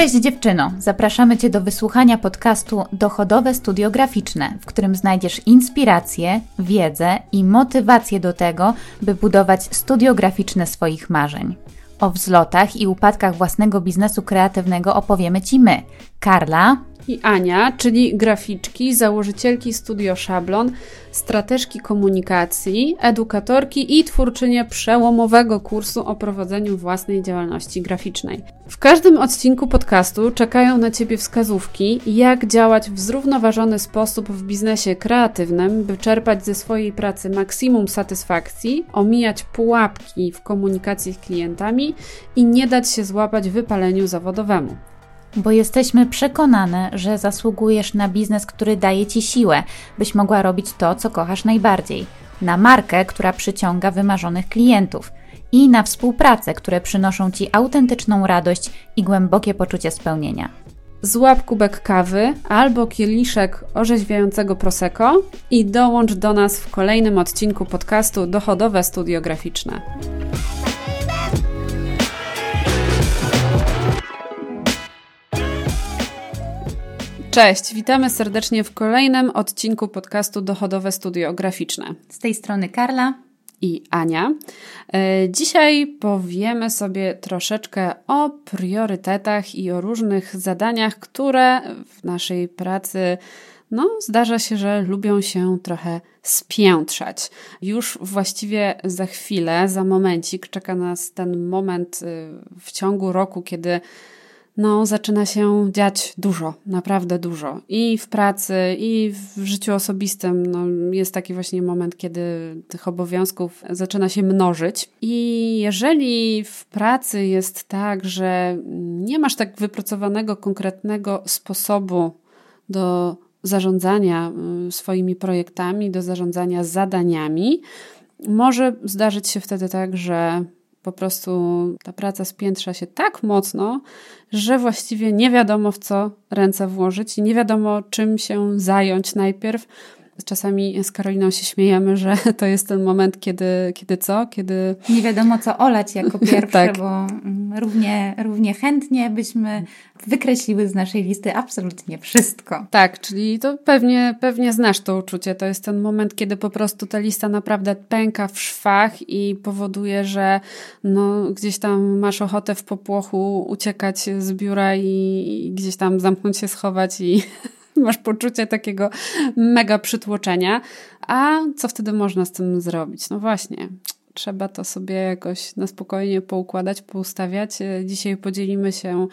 Cześć dziewczyno, zapraszamy Cię do wysłuchania podcastu Dochodowe Studio Graficzne, w którym znajdziesz inspirację, wiedzę i motywację do tego, by budować studio graficzne swoich marzeń. O wzlotach i upadkach własnego biznesu kreatywnego opowiemy Ci my, Karla i Ania, czyli graficzki, założycielki Studio Szablon, strateżki komunikacji, edukatorki i twórczynie przełomowego kursu o prowadzeniu własnej działalności graficznej. W każdym odcinku podcastu czekają na Ciebie wskazówki, jak działać w zrównoważony sposób w biznesie kreatywnym, by czerpać ze swojej pracy maksimum satysfakcji, omijać pułapki w komunikacji z klientami i nie dać się złapać wypaleniu zawodowemu. Bo jesteśmy przekonane, że zasługujesz na biznes, który daje Ci siłę, byś mogła robić to, co kochasz najbardziej. Na markę, która przyciąga wymarzonych klientów. I na współpracę, które przynoszą Ci autentyczną radość i głębokie poczucie spełnienia. Złap kubek kawy albo kieliszek orzeźwiającego prosecco i dołącz do nas w kolejnym odcinku podcastu Dochodowe Studio Graficzne. Cześć, witamy serdecznie w kolejnym odcinku podcastu Dochodowe Studio Graficzne. Z tej strony Karla i Ania. Dzisiaj powiemy sobie troszeczkę o priorytetach i o różnych zadaniach, które w naszej pracy zdarza się, że lubią się trochę spiętrzać. Już właściwie za chwilę, za momencik czeka nas ten moment w ciągu roku, kiedy zaczyna się dziać dużo, naprawdę dużo. I w pracy, i w życiu osobistym. Jest taki właśnie moment, kiedy tych obowiązków zaczyna się mnożyć. I jeżeli w pracy jest tak, że nie masz tak wypracowanego, konkretnego sposobu do zarządzania swoimi projektami, do zarządzania zadaniami, może zdarzyć się wtedy tak, że po prostu ta praca spiętrza się tak mocno, że właściwie nie wiadomo, w co ręce włożyć i nie wiadomo, czym się zająć najpierw. Czasami z Karoliną się śmiejemy, że to jest ten moment, kiedy nie wiadomo, co olać jako pierwsze, tak. Bo równie chętnie byśmy wykreśliły z naszej listy absolutnie wszystko. Tak, czyli to pewnie znasz to uczucie. To jest ten moment, kiedy po prostu ta lista naprawdę pęka w szwach i powoduje, że gdzieś tam masz ochotę w popłochu uciekać z biura i gdzieś tam zamknąć się, schować i masz poczucie takiego mega przytłoczenia. A co wtedy można z tym zrobić? No właśnie, trzeba to sobie jakoś na spokojnie poukładać, poustawiać. Dzisiaj podzielimy się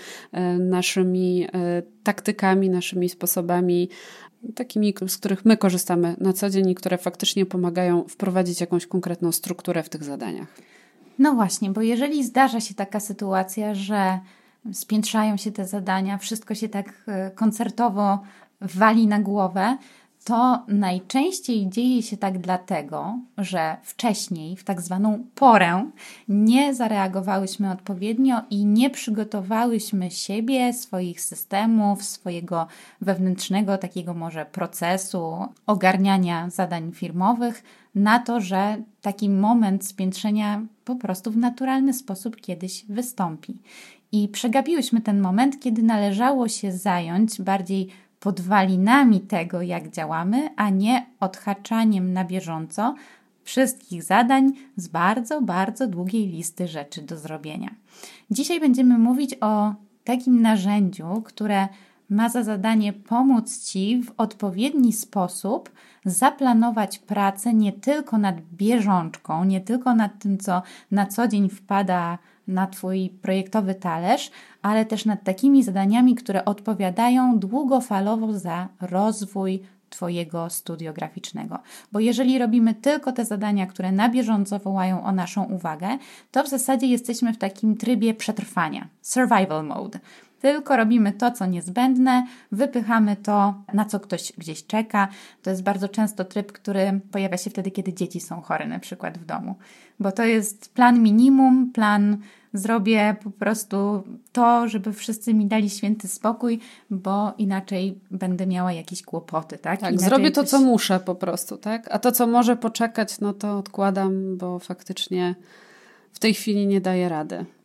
naszymi taktykami, naszymi sposobami, takimi, z których my korzystamy na co dzień i które faktycznie pomagają wprowadzić jakąś konkretną strukturę w tych zadaniach. No właśnie, bo jeżeli zdarza się taka sytuacja, że spiętrzają się te zadania, wszystko się tak koncertowo wali na głowę, to najczęściej dzieje się tak dlatego, że wcześniej, w tak zwaną porę, nie zareagowałyśmy odpowiednio i nie przygotowałyśmy siebie, swoich systemów, swojego wewnętrznego takiego może procesu ogarniania zadań firmowych na to, że taki moment spiętrzenia po prostu w naturalny sposób kiedyś wystąpi. I przegapiłyśmy ten moment, kiedy należało się zająć bardziej podwalinami tego, jak działamy, a nie odhaczaniem na bieżąco wszystkich zadań z bardzo, bardzo długiej listy rzeczy do zrobienia. Dzisiaj będziemy mówić o takim narzędziu, które ma za zadanie pomóc Ci w odpowiedni sposób zaplanować pracę nie tylko nad bieżączką, nie tylko nad tym, co na co dzień wpada na Twój projektowy talerz, ale też nad takimi zadaniami, które odpowiadają długofalowo za rozwój Twojego studio graficznego. Bo jeżeli robimy tylko te zadania, które na bieżąco wołają o naszą uwagę, to w zasadzie jesteśmy w takim trybie przetrwania, survival mode. Tylko robimy to, co niezbędne, wypychamy to, na co ktoś gdzieś czeka. To jest bardzo często tryb, który pojawia się wtedy, kiedy dzieci są chore, na przykład w domu. Bo to jest plan minimum, plan zrobię po prostu to, żeby wszyscy mi dali święty spokój, bo inaczej będę miała jakieś kłopoty, tak? Tak, zrobię to, co muszę po prostu, tak? A to, co może poczekać, to odkładam, bo faktycznie w tej chwili nie daję rady.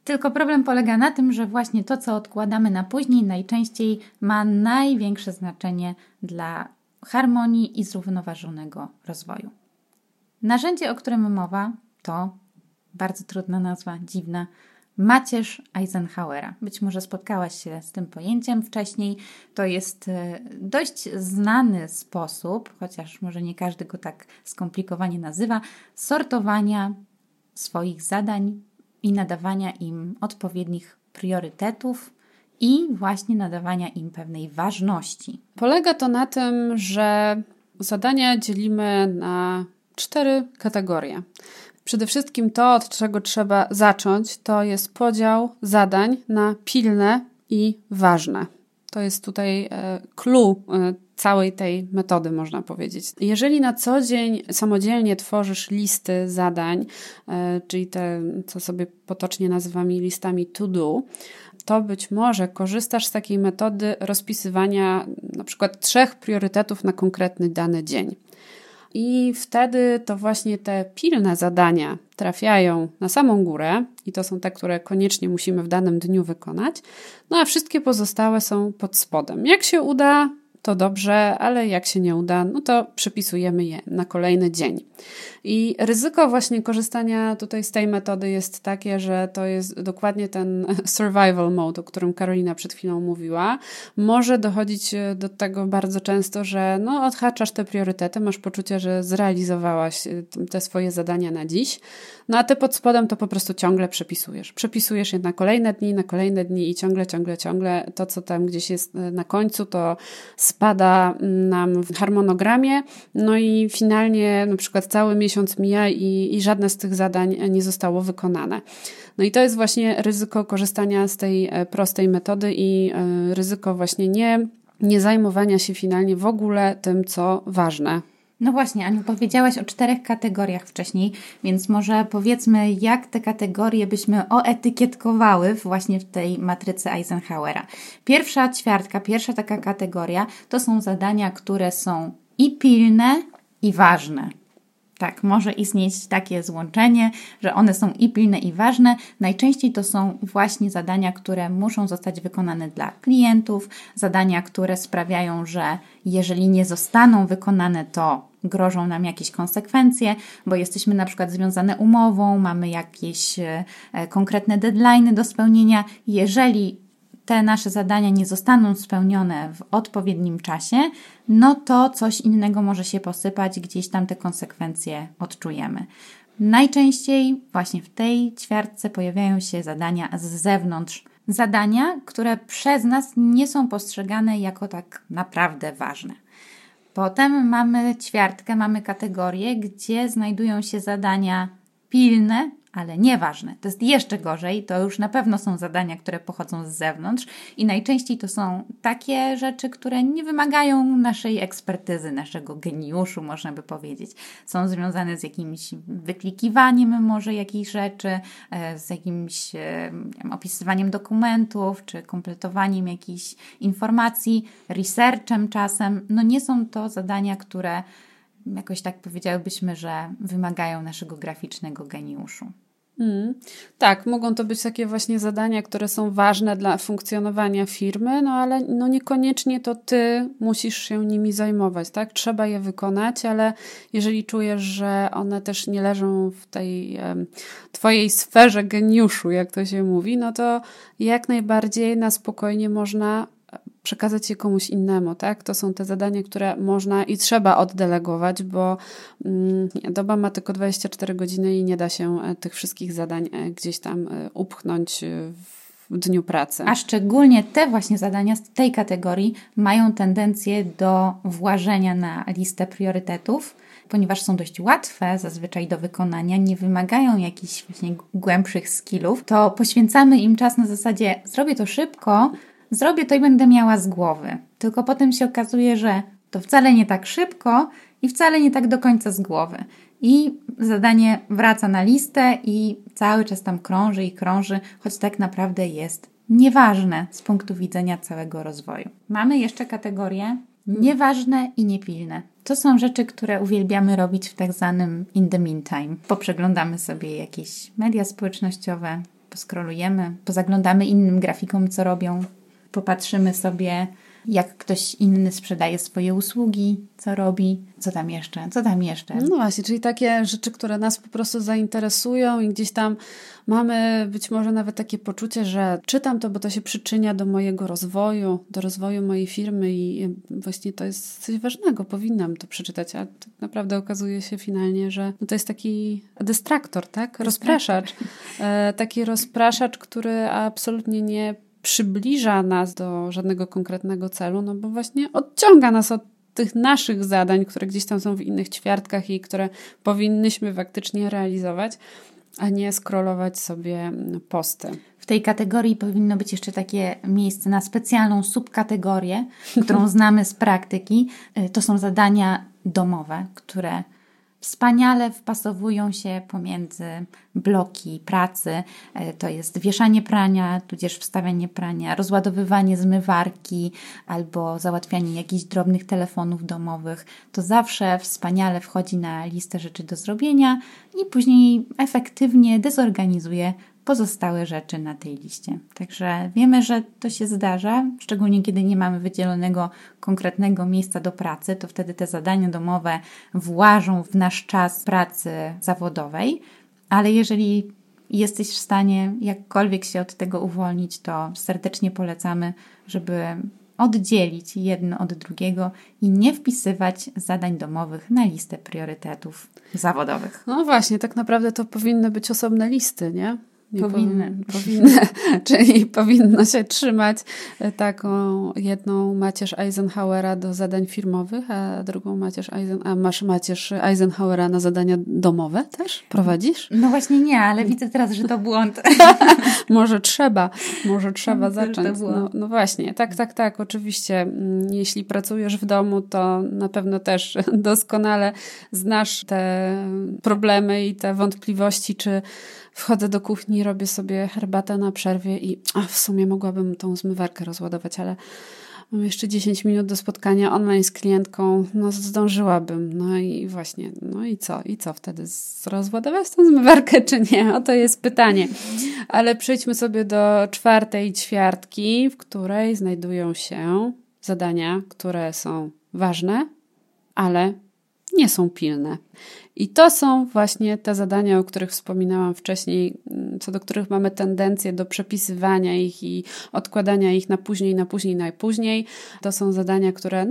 Tylko problem polega na tym, że właśnie to, co odkładamy na później, najczęściej ma największe znaczenie dla harmonii i zrównoważonego rozwoju. Narzędzie, o którym mowa, to bardzo trudna nazwa, dziwna, macierz Eisenhowera. Być może spotkałaś się z tym pojęciem wcześniej. To jest dość znany sposób, chociaż może nie każdy go tak skomplikowanie nazywa, sortowania swoich zadań i nadawania im odpowiednich priorytetów i właśnie nadawania im pewnej ważności. Polega to na tym, że zadania dzielimy na 4 kategorie. Przede wszystkim to, od czego trzeba zacząć, to jest podział zadań na pilne i ważne. To jest tutaj clue całej tej metody, można powiedzieć. Jeżeli na co dzień samodzielnie tworzysz listy zadań, czyli te, co sobie potocznie nazywamy listami to do, to być może korzystasz z takiej metody rozpisywania na przykład 3 priorytetów na konkretny dany dzień. I wtedy to właśnie te pilne zadania trafiają na samą górę i to są te, które koniecznie musimy w danym dniu wykonać, no a wszystkie pozostałe są pod spodem. Jak się uda, to dobrze, ale jak się nie uda, no to przepisujemy je na kolejny dzień. I ryzyko właśnie korzystania tutaj z tej metody jest takie, że to jest dokładnie ten survival mode, o którym Karolina przed chwilą mówiła. Może dochodzić do tego bardzo często, że no odhaczasz te priorytety, masz poczucie, że zrealizowałaś te swoje zadania na dziś, no a ty pod spodem to po prostu ciągle przepisujesz. Przepisujesz je na kolejne dni i ciągle to, co tam gdzieś jest na końcu, to spada nam w harmonogramie, no i finalnie na przykład cały miesiąc mija i żadne z tych zadań nie zostało wykonane. No i to jest właśnie ryzyko korzystania z tej prostej metody i ryzyko właśnie nie zajmowania się finalnie w ogóle tym, co ważne. No właśnie, Aniu, powiedziałaś o 4 kategoriach wcześniej, więc może powiedzmy, jak te kategorie byśmy oetykietkowały właśnie w tej matrycy Eisenhowera. Pierwsza ćwiartka, pierwsza taka kategoria to są zadania, które są i pilne, i ważne. Tak, może istnieć takie złączenie, że one są i pilne, i ważne. Najczęściej to są właśnie zadania, które muszą zostać wykonane dla klientów, zadania, które sprawiają, że jeżeli nie zostaną wykonane, to grożą nam jakieś konsekwencje, bo jesteśmy na przykład związane umową, mamy jakieś konkretne deadline'y do spełnienia. Jeżeli te nasze zadania nie zostaną spełnione w odpowiednim czasie, no to coś innego może się posypać, gdzieś tam te konsekwencje odczujemy. Najczęściej właśnie w tej ćwiartce pojawiają się zadania z zewnątrz. Zadania, które przez nas nie są postrzegane jako tak naprawdę ważne. Potem mamy ćwiartkę, mamy kategorię, gdzie znajdują się zadania pilne, ale nieważne. To jest jeszcze gorzej, to już na pewno są zadania, które pochodzą z zewnątrz i najczęściej to są takie rzeczy, które nie wymagają naszej ekspertyzy, naszego geniuszu, można by powiedzieć. Są związane z jakimś wyklikiwaniem może jakichś rzeczy, z jakimś opisywaniem dokumentów, czy kompletowaniem jakichś informacji, researchem czasem. No nie są to zadania, które jakoś tak powiedziałybyśmy, że wymagają naszego graficznego geniuszu. Tak, mogą to być takie właśnie zadania, które są ważne dla funkcjonowania firmy, no ale no niekoniecznie to ty musisz się nimi zajmować, tak? Trzeba je wykonać, ale jeżeli czujesz, że one też nie leżą w tej twojej sferze geniuszu, jak to się mówi, no to jak najbardziej na spokojnie można przekazać je komuś innemu, tak? To są te zadania, które można i trzeba oddelegować, bo doba ma tylko 24 godziny i nie da się tych wszystkich zadań gdzieś tam upchnąć w dniu pracy. A szczególnie te właśnie zadania z tej kategorii mają tendencję do włażenia na listę priorytetów, ponieważ są dość łatwe zazwyczaj do wykonania, nie wymagają jakichś właśnie głębszych skillów, to poświęcamy im czas na zasadzie zrobię to szybko, zrobię to i będę miała z głowy. Tylko potem się okazuje, że to wcale nie tak szybko i wcale nie tak do końca z głowy. I zadanie wraca na listę i cały czas tam krąży, choć tak naprawdę jest nieważne z punktu widzenia całego rozwoju. Mamy jeszcze kategorie nieważne i niepilne. To są rzeczy, które uwielbiamy robić w tak zwanym in the meantime. Poprzeglądamy sobie jakieś media społecznościowe, poskrolujemy, pozaglądamy innym grafikom, co robią, popatrzymy sobie, jak ktoś inny sprzedaje swoje usługi, co robi, co tam jeszcze. No właśnie, czyli takie rzeczy, które nas po prostu zainteresują i gdzieś tam mamy być może nawet takie poczucie, że czytam to, bo to się przyczynia do mojego rozwoju, do rozwoju mojej firmy i właśnie to jest coś ważnego, powinnam to przeczytać, a tak naprawdę okazuje się finalnie, że to jest taki dystraktor, tak? Rozpraszacz. Taki rozpraszacz, który absolutnie nie przybliża nas do żadnego konkretnego celu, no bo właśnie odciąga nas od tych naszych zadań, które gdzieś tam są w innych ćwiartkach i które powinnyśmy faktycznie realizować, a nie scrollować sobie posty. W tej kategorii powinno być jeszcze takie miejsce na specjalną subkategorię, którą znamy z praktyki. To są zadania domowe, które wspaniale wpasowują się pomiędzy bloki pracy. To jest wieszanie prania, tudzież wstawianie prania, rozładowywanie zmywarki albo załatwianie jakichś drobnych telefonów domowych. To zawsze wspaniale wchodzi na listę rzeczy do zrobienia i później efektywnie dezorganizuje pozostałe rzeczy na tej liście. Także wiemy, że to się zdarza, szczególnie kiedy nie mamy wydzielonego konkretnego miejsca do pracy, to wtedy te zadania domowe włażą w nasz czas pracy zawodowej, ale jeżeli jesteś w stanie jakkolwiek się od tego uwolnić, to serdecznie polecamy, żeby oddzielić jedno od drugiego i nie wpisywać zadań domowych na listę priorytetów zawodowych. No właśnie, tak naprawdę to powinny być osobne listy, nie? Powinny. Czyli powinno się trzymać taką jedną macierz Eisenhowera do zadań firmowych, a drugą macierz Eisenhowera na zadania domowe też prowadzisz? No właśnie nie, ale widzę teraz, że to błąd. Może trzeba zacząć. No właśnie, tak, oczywiście. Jeśli pracujesz w domu, to na pewno też doskonale znasz te problemy i te wątpliwości, czy wchodzę do kuchni, robię sobie herbatę na przerwie i w sumie mogłabym tą zmywarkę rozładować, ale mam jeszcze 10 minut do spotkania online z klientką, no zdążyłabym. No i właśnie, no i co? I co wtedy? Rozładować tą zmywarkę czy nie? Oto jest pytanie. Ale przejdźmy sobie do 4. ćwiartki, w której znajdują się zadania, które są ważne, ale nie są pilne. I to są właśnie te zadania, o których wspominałam wcześniej, co do których mamy tendencję do przepisywania ich i odkładania ich na później. To są zadania, które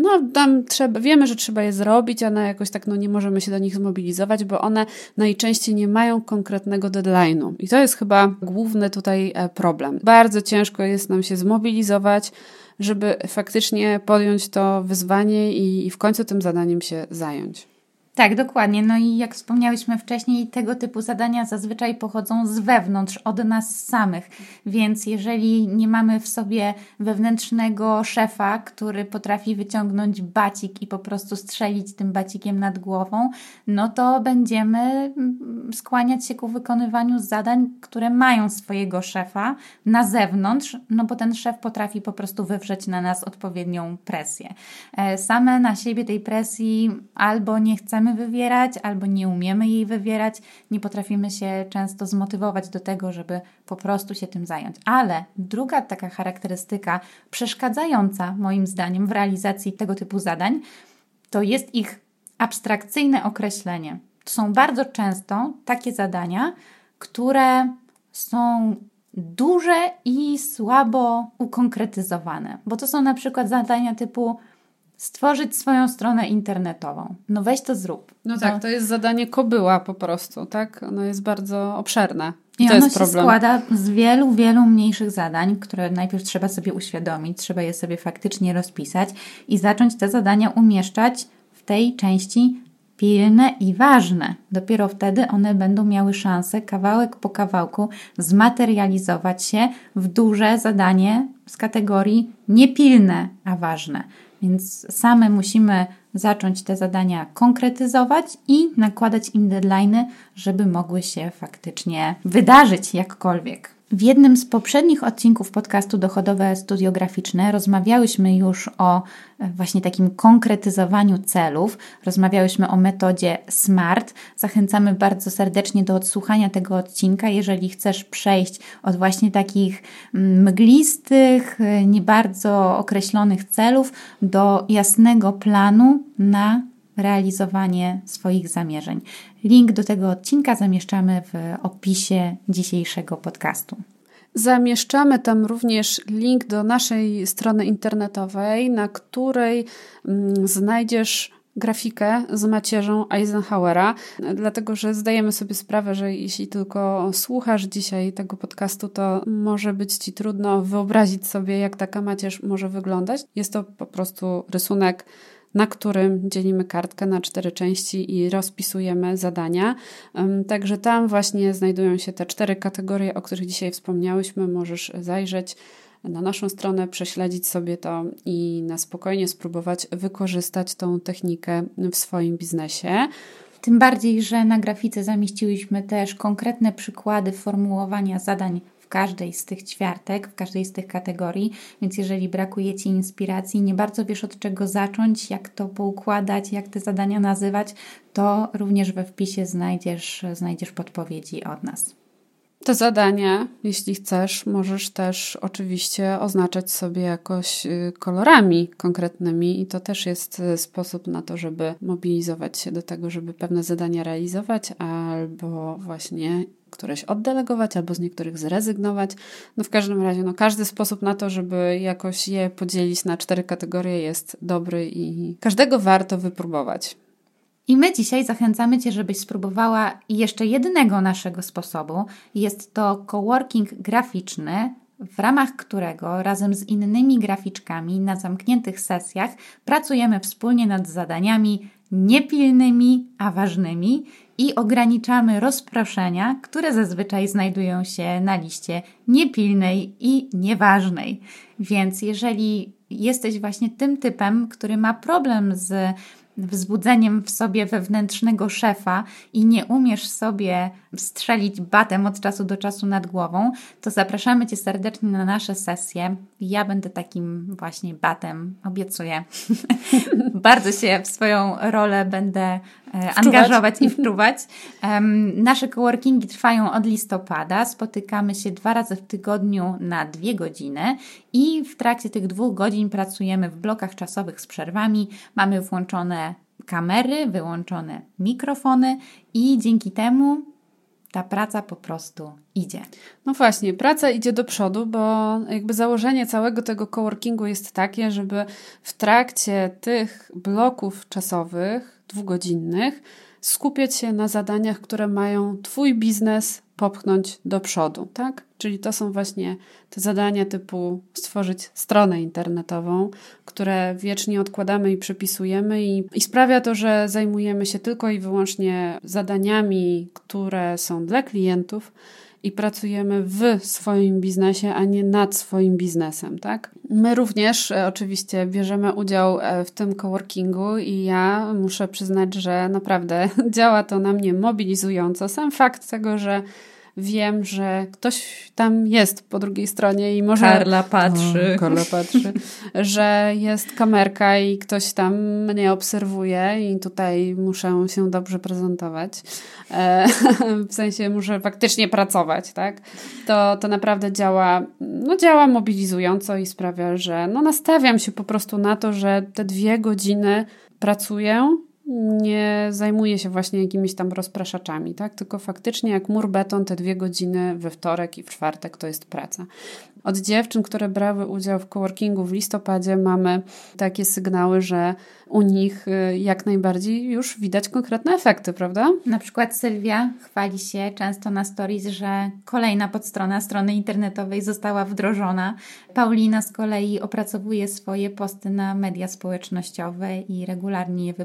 wiemy, że trzeba je zrobić, ale jakoś tak nie możemy się do nich zmobilizować, bo one najczęściej nie mają konkretnego deadline'u. I to jest chyba główny tutaj problem. Bardzo ciężko jest nam się zmobilizować, żeby faktycznie podjąć to wyzwanie i w końcu tym zadaniem się zająć. Tak, dokładnie. No i jak wspomniałyśmy wcześniej, tego typu zadania zazwyczaj pochodzą z wewnątrz, od nas samych. Więc jeżeli nie mamy w sobie wewnętrznego szefa, który potrafi wyciągnąć bacik i po prostu strzelić tym bacikiem nad głową, no to będziemy skłaniać się ku wykonywaniu zadań, które mają swojego szefa na zewnątrz, no bo ten szef potrafi po prostu wywrzeć na nas odpowiednią presję. Same na siebie tej presji albo nie chcemy wywierać, albo nie umiemy jej wywierać, nie potrafimy się często zmotywować do tego, żeby po prostu się tym zająć. Ale druga taka charakterystyka przeszkadzająca moim zdaniem w realizacji tego typu zadań, to jest ich abstrakcyjne określenie. To są bardzo często takie zadania, które są duże i słabo ukonkretyzowane, bo to są na przykład zadania typu stworzyć swoją stronę internetową. No weź to zrób. No tak, to jest zadanie kobyła po prostu, tak? Ono jest bardzo obszerne. I to ono jest problem. się składa z wielu, wielu mniejszych zadań, które najpierw trzeba sobie uświadomić, trzeba je sobie faktycznie rozpisać i zacząć te zadania umieszczać w tej części pilne i ważne. Dopiero wtedy one będą miały szansę kawałek po kawałku zmaterializować się w duże zadanie z kategorii niepilne, a ważne. Więc same musimy zacząć te zadania konkretyzować i nakładać im deadline'y, żeby mogły się faktycznie wydarzyć jakkolwiek. W jednym z poprzednich odcinków podcastu Dochodowe Studio Graficzne rozmawiałyśmy już o właśnie takim konkretyzowaniu celów. Rozmawiałyśmy o metodzie SMART. Zachęcamy bardzo serdecznie do odsłuchania tego odcinka, jeżeli chcesz przejść od właśnie takich mglistych, nie bardzo określonych celów do jasnego planu na realizowanie swoich zamierzeń. Link do tego odcinka zamieszczamy w opisie dzisiejszego podcastu. Zamieszczamy tam również link do naszej strony internetowej, na której znajdziesz grafikę z macierzą Eisenhowera, dlatego że zdajemy sobie sprawę, że jeśli tylko słuchasz dzisiaj tego podcastu, to może być Ci trudno wyobrazić sobie, jak taka macierz może wyglądać. Jest to po prostu rysunek, na którym dzielimy kartkę na 4 części i rozpisujemy zadania. Także tam właśnie znajdują się te 4 kategorie, o których dzisiaj wspomniałyśmy. Możesz zajrzeć na naszą stronę, prześledzić sobie to i na spokojnie spróbować wykorzystać tą technikę w swoim biznesie. Tym bardziej, że na grafice zamieściłyśmy też konkretne przykłady formułowania zadań w każdej z tych ćwiartek, w każdej z tych kategorii, więc jeżeli brakuje Ci inspiracji, nie bardzo wiesz od czego zacząć, jak to poukładać, jak te zadania nazywać, to również we wpisie znajdziesz podpowiedzi od nas. Te zadania, jeśli chcesz, możesz też oczywiście oznaczać sobie jakoś kolorami konkretnymi i to też jest sposób na to, żeby mobilizować się do tego, żeby pewne zadania realizować albo właśnie któreś oddelegować, albo z niektórych zrezygnować. No w każdym razie, każdy sposób na to, żeby jakoś je podzielić na 4 kategorie jest dobry i każdego warto wypróbować. I my dzisiaj zachęcamy Cię, żebyś spróbowała jeszcze jednego naszego sposobu. Jest to coworking graficzny, w ramach którego razem z innymi graficzkami na zamkniętych sesjach pracujemy wspólnie nad zadaniami niepilnymi, a ważnymi i ograniczamy rozproszenia, które zazwyczaj znajdują się na liście niepilnej i nieważnej. Więc jeżeli jesteś właśnie tym typem, który ma problem z wzbudzeniem w sobie wewnętrznego szefa i nie umiesz sobie strzelić batem od czasu do czasu nad głową, to zapraszamy Cię serdecznie na nasze sesje. Ja będę takim właśnie batem, obiecuję. Bardzo się w swoją rolę będę angażować i wczuwać. Nasze coworkingi trwają od listopada. Spotykamy się 2 razy w tygodniu na 2 godziny i w trakcie tych 2 godzin pracujemy w blokach czasowych z przerwami. Mamy włączone kamery, wyłączone mikrofony i dzięki temu ta praca po prostu idzie. No właśnie, praca idzie do przodu, bo jakby założenie całego tego coworkingu jest takie, żeby w trakcie tych bloków czasowych, 2-godzinnych, skupiać się na zadaniach, które mają Twój biznes popchnąć do przodu, tak? Czyli to są właśnie te zadania typu stworzyć stronę internetową, które wiecznie odkładamy i przepisujemy i sprawia to, że zajmujemy się tylko i wyłącznie zadaniami, które są dla klientów i pracujemy w swoim biznesie, a nie nad swoim biznesem, tak? My również oczywiście bierzemy udział w tym coworkingu i ja muszę przyznać, że naprawdę działa to na mnie mobilizująco. Sam fakt tego, że wiem, że ktoś tam jest po drugiej stronie i może... Karla patrzy, że jest kamerka i ktoś tam mnie obserwuje i tutaj muszę się dobrze prezentować. W sensie muszę faktycznie pracować, tak? To naprawdę działa mobilizująco i sprawia, że nastawiam się po prostu na to, że te 2 godziny pracuję, nie zajmuję się właśnie jakimiś tam rozpraszaczami, tak? Tylko faktycznie jak mur beton te 2 godziny we wtorek i w czwartek to jest praca. Od dziewczyn, które brały udział w coworkingu w listopadzie, mamy takie sygnały, że u nich jak najbardziej już widać konkretne efekty, prawda? Na przykład Sylwia chwali się często na stories, że kolejna podstrona strony internetowej została wdrożona. Paulina z kolei opracowuje swoje posty na media społecznościowe i regularnie je wypuszcza.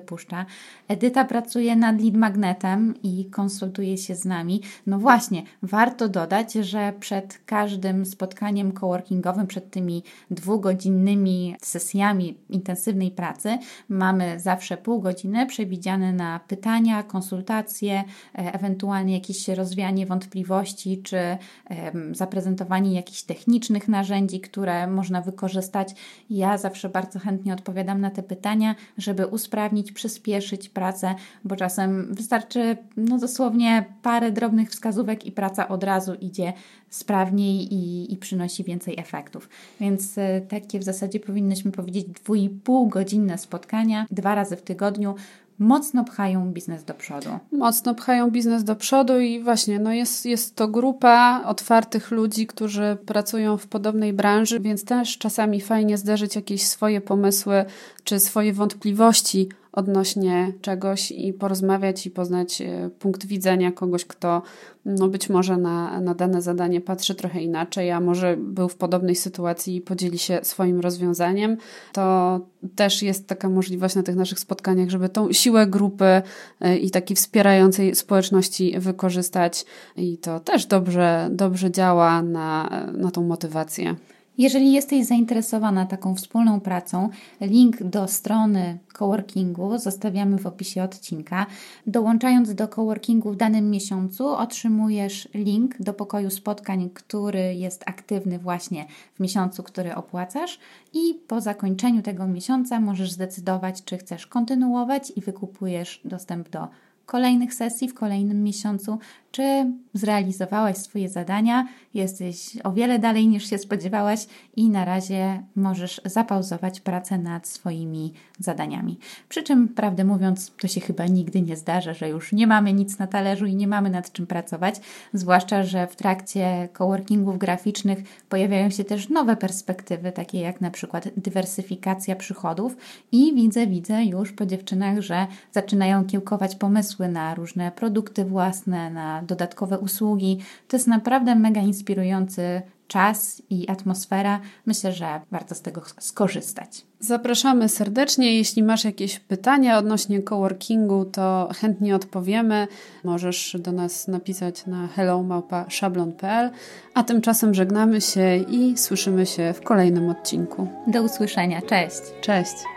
Edyta pracuje nad lead magnetem i konsultuje się z nami. No właśnie, warto dodać, że przed każdym spotkaniem coworkingowym, przed tymi 2-godzinnymi sesjami intensywnej pracy mamy zawsze pół godziny przewidziane na pytania, konsultacje, ewentualnie jakieś rozwianie wątpliwości, czy zaprezentowanie jakichś technicznych narzędzi, które można wykorzystać. Ja zawsze bardzo chętnie odpowiadam na te pytania, żeby usprawnić, przyspieszyć pracę, bo czasem wystarczy dosłownie parę drobnych wskazówek i praca od razu idzie sprawniej i przynosi więcej efektów. Więc takie w zasadzie powinnyśmy powiedzieć 2,5-godzinne spotkania 2 razy w tygodniu mocno pchają biznes do przodu. Mocno pchają biznes do przodu i właśnie jest to grupa otwartych ludzi, którzy pracują w podobnej branży, więc też czasami fajnie zderzyć jakieś swoje pomysły czy swoje wątpliwości odnośnie czegoś i porozmawiać i poznać punkt widzenia kogoś, kto być może na dane zadanie patrzy trochę inaczej, a może był w podobnej sytuacji i podzieli się swoim rozwiązaniem. To też jest taka możliwość na tych naszych spotkaniach, żeby tą siłę grupy i takiej wspierającej społeczności wykorzystać i to też dobrze działa na tą motywację. Jeżeli jesteś zainteresowana taką wspólną pracą, link do strony coworkingu zostawiamy w opisie odcinka. Dołączając do coworkingu w danym miesiącu otrzymujesz link do pokoju spotkań, który jest aktywny właśnie w miesiącu, który opłacasz i po zakończeniu tego miesiąca możesz zdecydować, czy chcesz kontynuować i wykupujesz dostęp do kolejnych sesji w kolejnym miesiącu, czy zrealizowałaś swoje zadania, jesteś o wiele dalej niż się spodziewałaś i na razie możesz zapauzować pracę nad swoimi zadaniami. Przy czym, prawdę mówiąc, to się chyba nigdy nie zdarza, że już nie mamy nic na talerzu i nie mamy nad czym pracować, zwłaszcza, że w trakcie coworkingów graficznych pojawiają się też nowe perspektywy, takie jak na przykład dywersyfikacja przychodów i widzę już po dziewczynach, że zaczynają kiełkować pomysły na różne produkty własne, na dodatkowe usługi. To jest naprawdę mega inspirujący czas i atmosfera. Myślę, że warto z tego skorzystać. Zapraszamy serdecznie. Jeśli masz jakieś pytania odnośnie coworkingu, to chętnie odpowiemy. Możesz do nas napisać na hello@szablon.pl, a tymczasem żegnamy się i słyszymy się w kolejnym odcinku. Do usłyszenia. Cześć! Cześć!